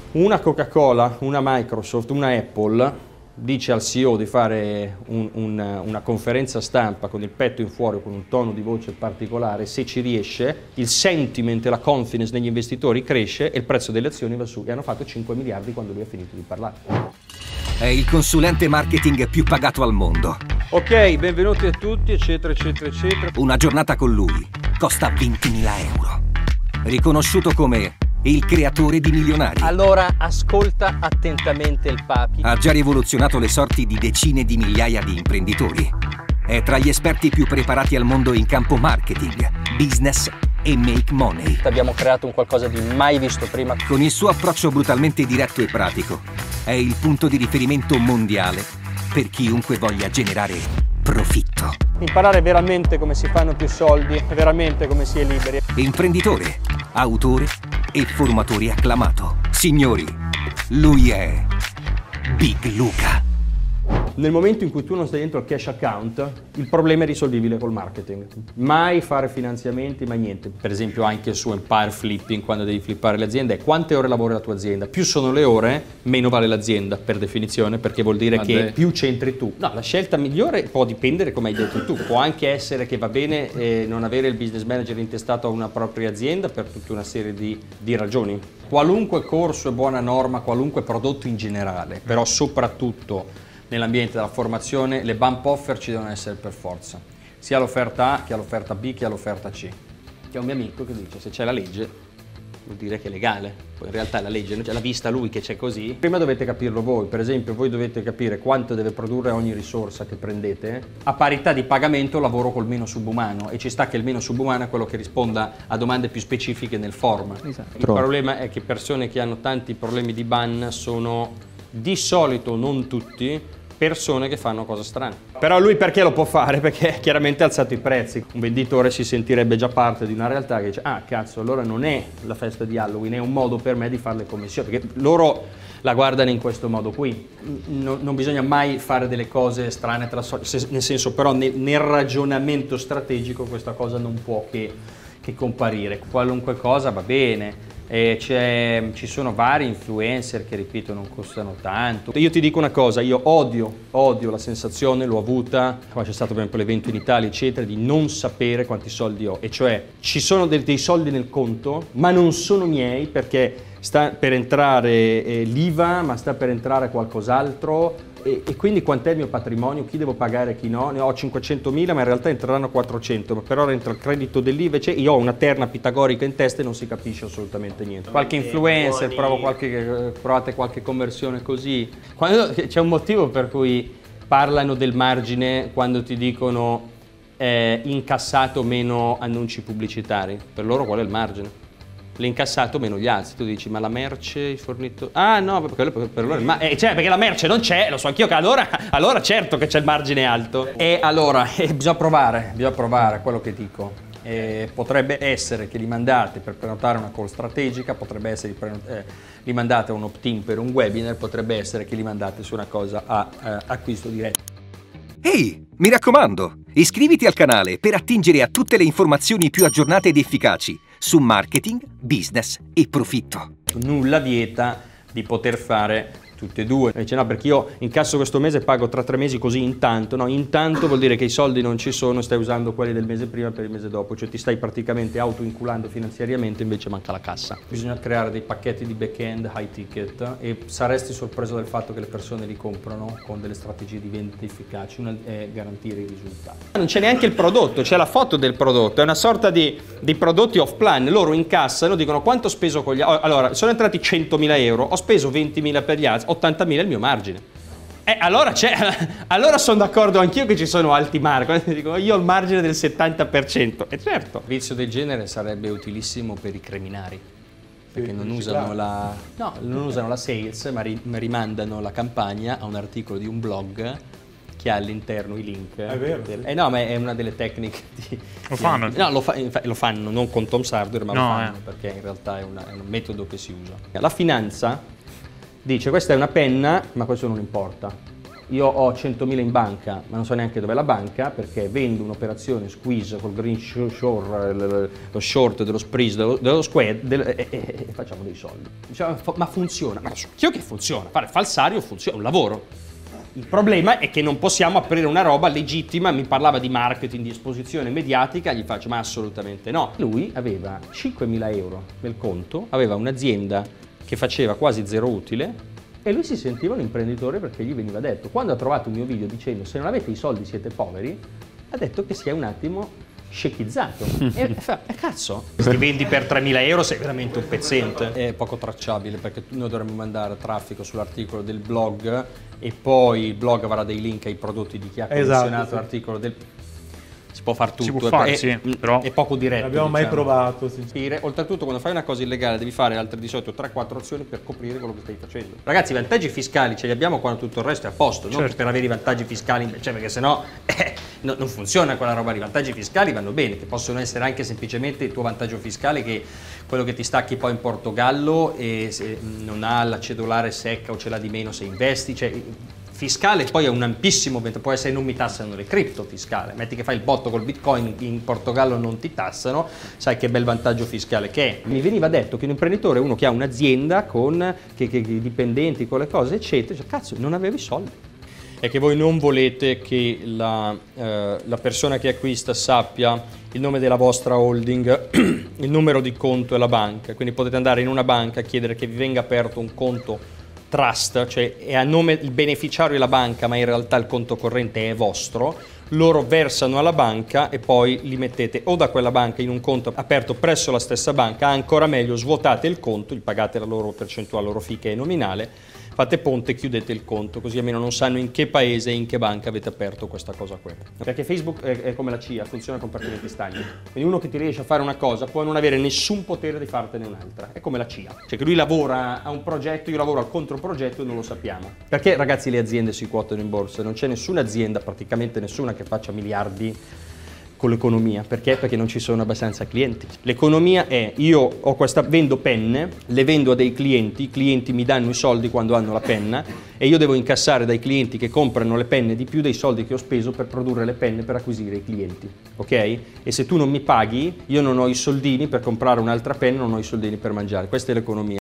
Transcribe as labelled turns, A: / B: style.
A: Una Coca-Cola, una Microsoft, una Apple dice al CEO di fare una conferenza stampa con il petto in fuori, con un tono di voce particolare. Se ci riesce, il sentiment e la confidence negli investitori cresce e il prezzo delle azioni va su. E hanno fatto 5 miliardi quando lui ha finito di parlare.
B: È il consulente marketing più pagato al mondo.
A: Ok, benvenuti a tutti, eccetera, eccetera, eccetera.
B: Una giornata con lui costa 20.000 euro. Riconosciuto come il creatore di milionari.
A: Allora, ascolta attentamente il Papi.
B: Ha già rivoluzionato le sorti di decine di migliaia di imprenditori. È tra gli esperti più preparati al mondo in campo marketing, business e make money.
A: Abbiamo creato un qualcosa di mai visto prima.
B: Con il suo approccio brutalmente diretto e pratico, è il punto di riferimento mondiale per chiunque voglia generare profitto.
A: Imparare veramente come si fanno più soldi, veramente come si è liberi.
B: Imprenditore, autore e formatore acclamato. Signori, lui è Big Luca.
A: Nel momento in cui tu non stai dentro il cash account, il problema è risolvibile col marketing. Mai fare finanziamenti, mai niente. Per esempio anche su Empire Flipping, quando devi flippare le aziende, è quante ore lavora la tua azienda. Più sono le ore, meno vale l'azienda, per definizione, perché vuol dire che più c'entri tu. No, la scelta migliore può dipendere, come hai detto tu. Può anche essere che va bene non avere il business manager intestato a una propria azienda per tutta una serie di ragioni. Qualunque corso è buona norma, qualunque prodotto in generale, però soprattutto nell'ambiente della formazione, le bump offer ci devono essere per forza, sia l'offerta A che l'offerta B che l'offerta C. C'è un mio amico che dice: se c'è la legge vuol dire che è legale, poi in realtà la legge non c'è, l'ha vista lui che c'è così. Prima dovete capirlo voi, per esempio voi dovete capire quanto deve produrre ogni risorsa che prendete, a parità di pagamento lavoro col meno subumano, e ci sta che il meno subumano è quello che risponda a domande più specifiche nel form. Esatto. Il problema è che persone che hanno tanti problemi di ban sono di solito, non tutti, persone che fanno cose strane. Però lui perché lo può fare? Perché chiaramente ha alzato i prezzi. Un venditore si sentirebbe già parte di una realtà che dice: ah cazzo, allora non è la festa di Halloween, è un modo per me di fare le commissioni, perché loro la guardano in questo modo qui. Non bisogna mai fare delle cose strane, nel senso, però nel ragionamento strategico questa cosa non può che comparire. Qualunque cosa va bene. Ci sono vari influencer che, ripeto, non costano tanto. Io ti dico una cosa, io odio la sensazione, l'ho avuta quando c'è stato per esempio l'evento in Italia eccetera, di non sapere quanti soldi ho, e cioè ci sono dei soldi nel conto ma non sono miei, perché sta per entrare l'IVA, ma sta per entrare qualcos'altro. E quindi quant'è il mio patrimonio, chi devo pagare, chi no? Ne ho 500.000 ma in realtà entreranno 400, ma per ora entra il credito dell'IVA, cioè io ho una terna pitagorica in testa e non si capisce assolutamente niente. Qualche influencer, provate qualche conversione così. C'è un motivo per cui parlano del margine quando ti dicono incassato meno annunci pubblicitari, per loro qual è il margine? L'incassato meno gli altri. Tu dici: ma la merce, i fornitori... Ah no, per loro cioè, perché la merce non c'è, lo so anch'io che allora certo che c'è il margine alto. E allora bisogna provare quello che dico. Potrebbe essere che li mandate per prenotare una call strategica, potrebbe essere che li mandate a un opt-in per un webinar, potrebbe essere che li mandate su una cosa a acquisto diretto.
B: Ehi, mi raccomando, iscriviti al canale per attingere a tutte le informazioni più aggiornate ed efficaci su marketing, business e profitto.
A: Nulla vieta di poter fare tutte e due. Dice: no, perché io incasso questo mese e pago tra 3 mesi così intanto. No, intanto vuol dire che i soldi non ci sono, stai usando quelli del mese prima per il mese dopo, cioè ti stai praticamente autoinculando finanziariamente, invece manca la cassa. Bisogna creare dei pacchetti di back-end high ticket e saresti sorpreso del fatto che le persone li comprano con delle strategie di vendita efficaci. Una è garantire i risultati. Non c'è neanche il prodotto, c'è la foto del prodotto, è una sorta di prodotti off plan. Loro incassano, dicono: quanto ho speso con gli altri? Allora, sono entrati 100.000 euro, ho speso 20.000 per gli altri, 80.000 è il mio margine. Allora sono d'accordo anch'io che ci sono alti margini. Dico: io ho il margine del 70%. E certo, un vizio del genere sarebbe utilissimo per i criminali, perché non usano la sales, ma rimandano la campagna a un articolo di un blog che ha all'interno i link.
C: È vero.
A: No, ma è una delle tecniche
C: Lo fanno?
A: No, lo fanno, non con Tom Sawyer, ma lo fanno perché in realtà è un metodo che si usa. La finanza dice: questa è una penna, ma questo non importa. io ho 100.000 in banca, ma non so neanche dov'è la banca, perché vendo un'operazione squeeze col green shore, lo short dello spread, dello squad, e facciamo dei soldi. Diciamo, ma funziona? Ma io che funziona? Fare il falsario funziona, è un lavoro. Il problema è che non possiamo aprire una roba legittima. Mi parlava di marketing, di esposizione mediatica, gli faccio ma assolutamente no. Lui aveva 5.000 euro nel conto, aveva un'azienda che faceva quasi zero utile e lui si sentiva un imprenditore perché gli veniva detto. Quando ha trovato un mio video dicendo se non avete i soldi siete poveri, ha detto che si è un attimo scecchizzato e fa, cazzo, se vendi per 3.000 euro sei veramente un pezzente. È poco tracciabile perché noi dovremmo mandare traffico sull'articolo del blog e poi il blog avrà dei link ai prodotti di chi ha collezionato l'articolo del... Si può fare tutto,
C: si può fare, sì, però
A: è poco diretto.
D: Non abbiamo mai provato.
A: Oltretutto quando fai una cosa illegale devi fare altre di solito 3-4 azioni per coprire quello che stai facendo. Ragazzi, i vantaggi fiscali ce li abbiamo quando tutto il resto è a posto, non per avere i vantaggi fiscali, cioè perché sennò non funziona quella roba. I vantaggi fiscali vanno bene, che possono essere anche semplicemente il tuo vantaggio fiscale, che quello che ti stacchi poi in Portogallo e se non ha la cedolare secca o ce l'ha di meno se investi, cioè fiscale poi è un ampissimo, può essere non mi tassano le cripto fiscale, metti che fai il botto col bitcoin in Portogallo non ti tassano, sai che bel vantaggio fiscale che è. Mi veniva detto che un imprenditore è uno che ha un'azienda con che dipendenti, con le cose eccetera, cioè, cazzo non avevi soldi. È che voi non volete che la persona che acquista sappia il nome della vostra holding, il numero di conto e la banca, quindi potete andare in una banca a chiedere che vi venga aperto un conto trust, cioè è a nome il beneficiario della banca ma in realtà il conto corrente è vostro, loro versano alla banca e poi li mettete o da quella banca in un conto aperto presso la stessa banca, ancora meglio svuotate il conto, gli pagate la loro percentuale, la loro fee che è nominale, fate ponte e chiudete il conto, così almeno non sanno in che paese e in che banca avete aperto questa cosa qui. Perché Facebook è come la CIA, funziona con compartimenti stagni. Quindi uno che ti riesce a fare una cosa può non avere nessun potere di fartene un'altra. È come la CIA. Cioè che lui lavora a un progetto, io lavoro al controprogetto e non lo sappiamo. Perché ragazzi le aziende si quotano in borsa? Non c'è nessuna azienda, praticamente nessuna, che faccia miliardi con l'economia. Perché? Perché non ci sono abbastanza clienti. L'economia è, io ho vendo penne, le vendo a dei clienti, i clienti mi danno i soldi quando hanno la penna e io devo incassare dai clienti che comprano le penne di più dei soldi che ho speso per produrre le penne per acquisire i clienti, ok? E se tu non mi paghi, io non ho i soldini per comprare un'altra penna, non ho i soldini per mangiare. Questa è l'economia.